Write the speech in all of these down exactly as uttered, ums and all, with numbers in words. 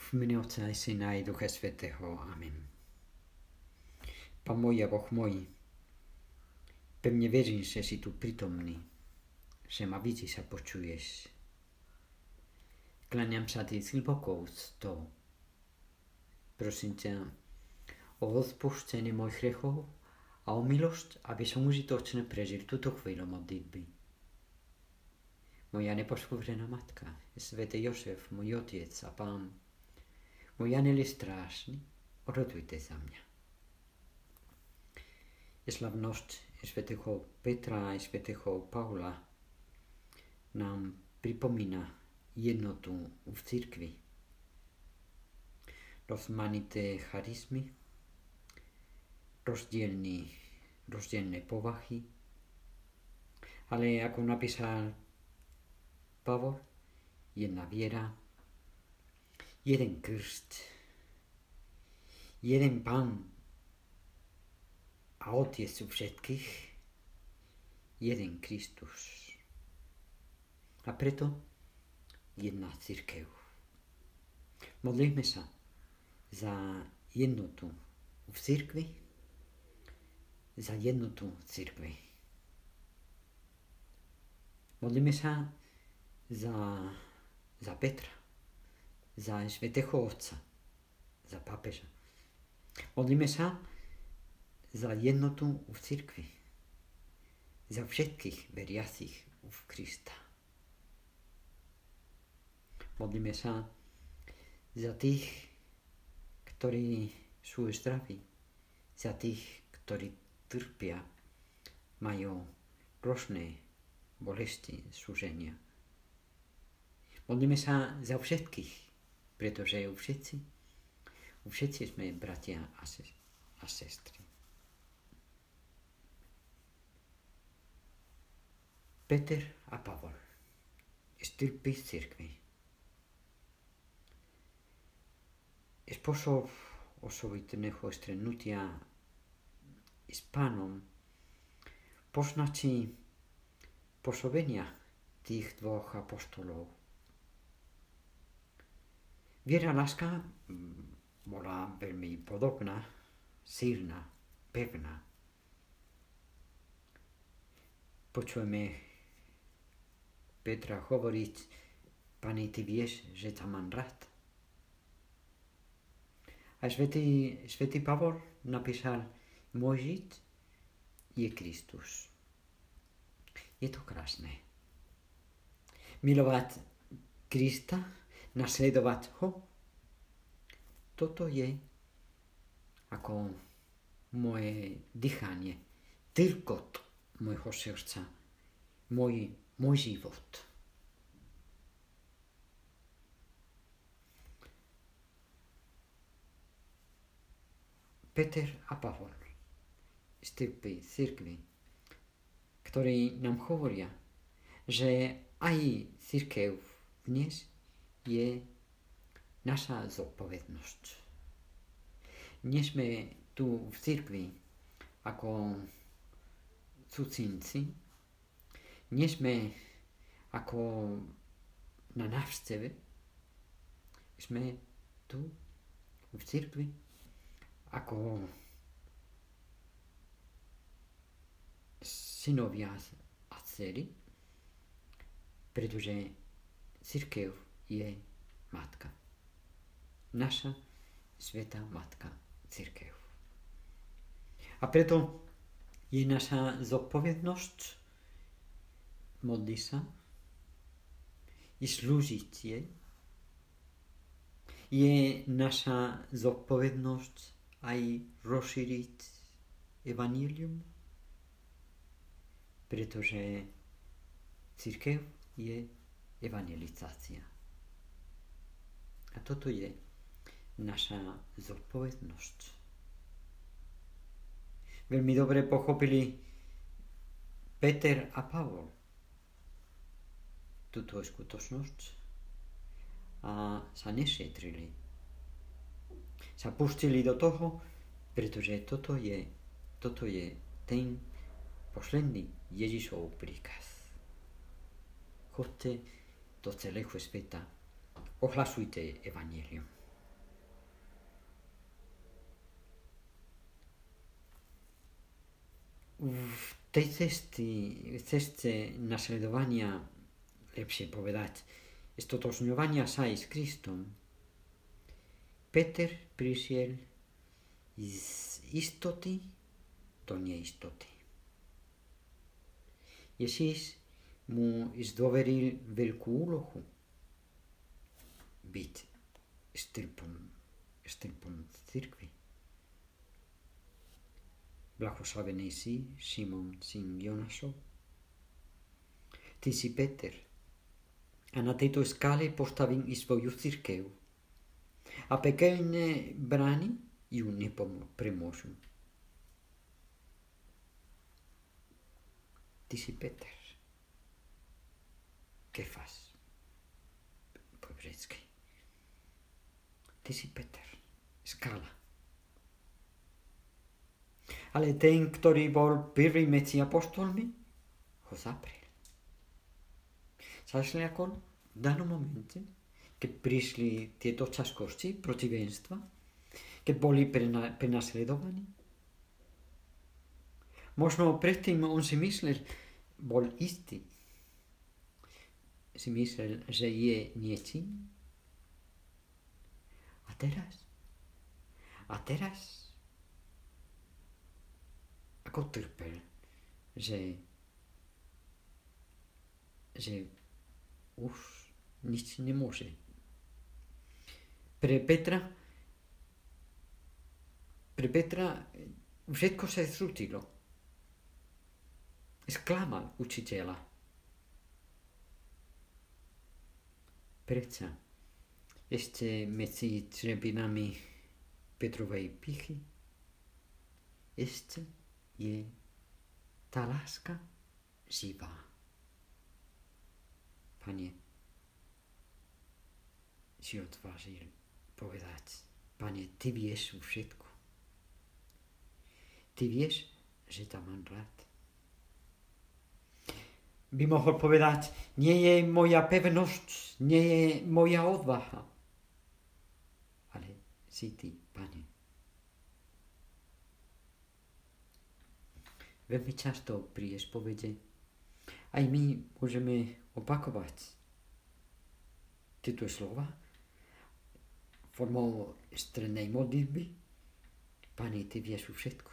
V jménu Otce i Syna i Ducha Svatého. Amen. Pán můj a Boh můj, pevně věřím, že jsi tu prítomný, že ma vidíš a počuješ. Kláňam sa ti s hlbokou ctou. Prosím ťa o odpuštenie mojich hriechov a o milosť, aby som užitočne prežil túto chvíľu modlitby. Moja nepoškvrnená matka, svätý Jozef, môj otec a pán, môj anjel strážny, orodujte za mňa. Slavnosť svätého Petra a svätého Pavla nám pripomína jednotu v cirkvi. Rozmanité charizmy, rozdielne, rozdielne povahy, ale ako napísal Pavol, jedna viera, jeden krst, jeden Pán a Otec všetkých, jeden Kristus. A preto jedna cirkev. Modlíme sa za jednotu v cirkvi, za jednotu cirkvi. Modlíme sa za, za Petra, za svätého Otca, za pápeža. Modlíme sa za jednotu v cirkvi, za všetkých veriacich v Krista. Modlíme sa za tých, ktorí sú zdraví, za tých, ktorí trpia, majú rôzne bolesti, súženia. Modlíme sa za všetkých, pretože všetci, všetci sme bratia a, se, a sestry. Peter a Pavol, stĺpy cirkvi. Spôsob osobitného stretnutia s Pánom poznačí pôsobenia tých dvoch apoštolov. Viera a láska bola veľmi podobná, silná, pevná. Počujeme Petra hovoriť: Pane, ty vieš, že ťa mám rád. A svätý, svätý Pavol napísal: Môj žid je Kristus. Je to krásne. Milovať Krista, nasledovať ho, toto je ako moje dýchanie, trkot môjho srdca, môj, môj život. Peter a Pavol, stĺpy cirkvi, ktorí nám hovoria, že aj cirkev dnes je naša zodpovednosť. Nie sme tu v cirkvi ako cudzinci, nie sme ako na návšteve, sme tu v cirkvi ako synovia a dcery, pretože cirkev je matka. Naša svätá matka cirkev. A preto je naša zodpovednosť modliť sa i slúžiť jej. Je naša zodpovednosť aj rozšíriť evanjelium, pretože cirkev je evangelizácia. A toto je naša zodpovednosť. Veľmi dobre pochopili Peter a Pavol túto skutočnosť a sa nešetrili. Sa pustili do toho, pretože toto je, toto je ten posledný Ježišov príkaz. Chodte do celého sveta, ohlasujte evanjelium. v tej cesty, ceste nasledovania, lepšie povedať, stotožňovania sa aj s Kristom, Peter prišiel z istoty do neistoty. Ježíš mu zdôveril veľkú úlohu byť stĺpom, stĺpom cirkvi. Blahoslavený si, Šimon, syn Jonášov. Ty si Peter a na tejto skále postavím i svoju cirkev. A pekelné brány ju nepremôžu. Ty si Peter. Kefas. Po hebrejsky. Ty si Peter. Skala. Ale ten, ktorý bol prvý medzi apostolmi, ho zaprel. Zašliakol v danom momente, keď prišli tieto ťažkosti, protivenstva, keď boli prenasledovaní. Možno predtým on si myslel, bol istý, si myslel, že je niečím. A teraz? A teraz? Ako trpel, že, že už nič nemôže. Pre Petra, pre Petra všetko sa zrútilo. Sklamal učiteľa. Predsa ešte medzi črebinami Petrovej pichy ešte je tá láska živá. Pane, si odvážil povedať, Pane, Ty vieš všetko. Ty vieš, že ťa mám rád. By mohol povedať, nie je moja pevnosť, nie je moja odvaha, ale si Ty, Pane. Veľmi často pri spovede aj my môžeme opakovať tieto slova formou strednej modlitby. Pane, Ty vieš všetko.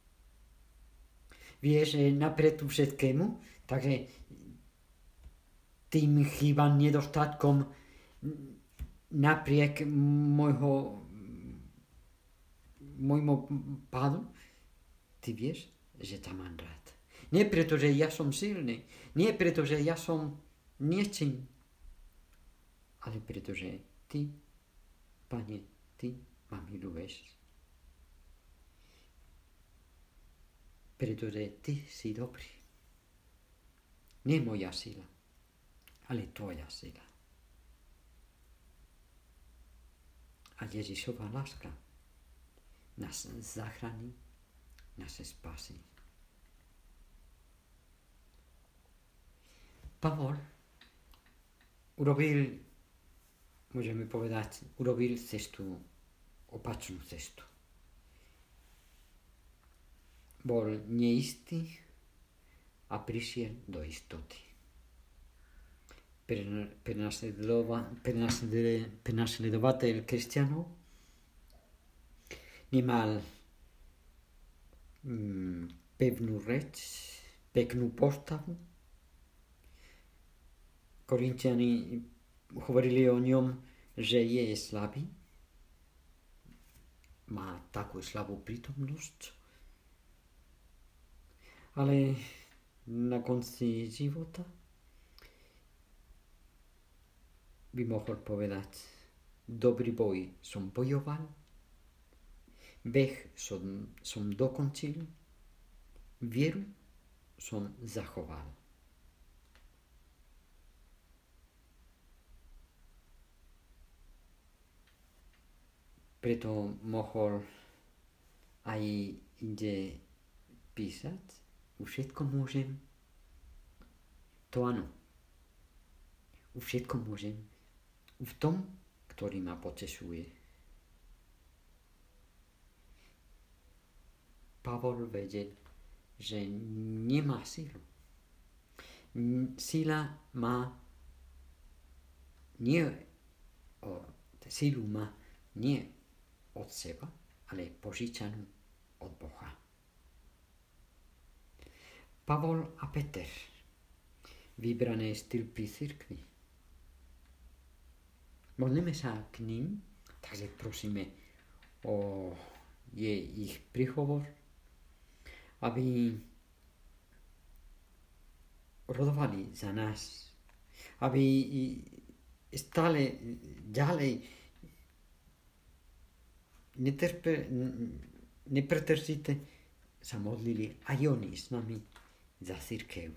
Vieš napriek všetkému, takže tým chýbam nedostatkom napriek môjho môjmu pádu, Ty vieš, že ťa mám rád. Nie preto, že ja som silný, nie preto, že ja som niečím, ale preto, že Ty, Pane, Ty ma miluješ. Pretože Ty si dobrý. Nie moja sila, ale Tvoja sila. A Ježišova láska nás zachráni, nás spasí. Pavol urobil, môžeme povedať, urobil cestu, opačnú cestu. Bol neistý a prišiel do istoty. Prenasledovateľ kresťanov nemal mm, pevnú reč, peknú postavu. Korintiani hovorili o ňom, že je slabý. Má takú slabú prítomnosť. Ale na konci života by mohol povedať, dobrý boj som bojoval, beh som, som dokončil, vieru som zachoval. Preto mohol aj inde písať, u všetko môžem, to áno, u všetko môžem, v tom, ktorý ma potešuje. Pavol vedel, že nemá sílu. Síla má nie, o, sílu má nie od seba, ale požičanú od Boha. Pavol a Peter, vybrané stĺpy cirkvi. Modlíme sa k ním, takže prosíme o je ich príhovor, aby rodovali za nás, aby stále ďalej netrpe, nepretržite sa modlili aj oni s nami za cirkev.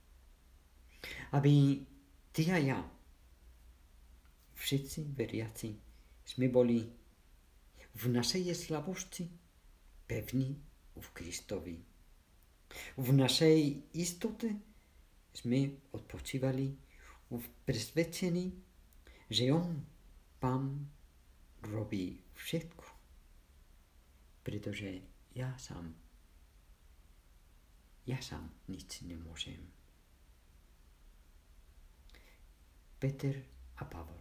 Aby ty a ja, všetci veriaci, sme boli v našej slavosti pevní v Kristovi. V našej istote sme odpočívali v presvedčení, že On, Pán, robí všetko. Pretože ja sám, ja sám nič nemôžem. Peter a Pavol.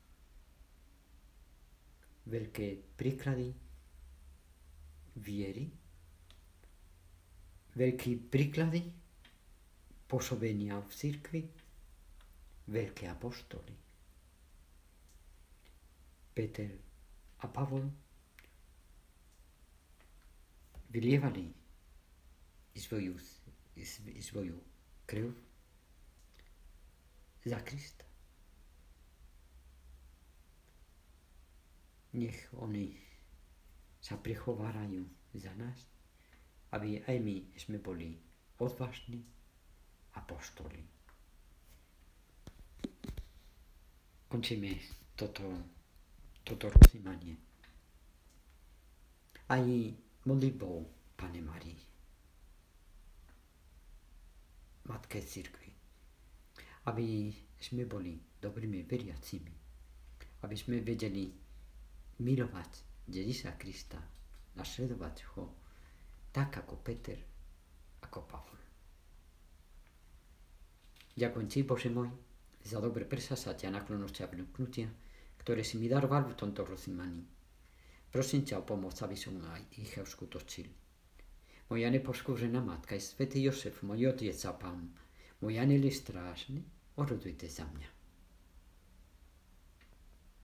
Veľké príklady viery, veľké príklady pôsobenia v cirkvi, veľké apoštoli. Peter a Pavol vylievali svoju, svoju krv za Krista. Nech oni sa prichovárajú za nás, aby aj my sme boli odvážni apoštoli. Končíme toto, toto rozjímanie aj modlitbou Panny Márii, Matke cirkvi, aby sme boli dobrými veriacimi, aby sme vedeli milovať Ježiša Krista, nasledovať ho tak ako Peter, ako Pavol. Ďakujem ti, Bože môj, za dobre presasatia, naklonosti a vnúknutia, ktoré si mi daroval v tomto rozjímaní. Prosím ťa o pomoc, aby som aj ich uskutočil. Moja nepoškozená matka i svätý Josef, môj otec a Pán, môj anjeli strážny, orodujte za mňa.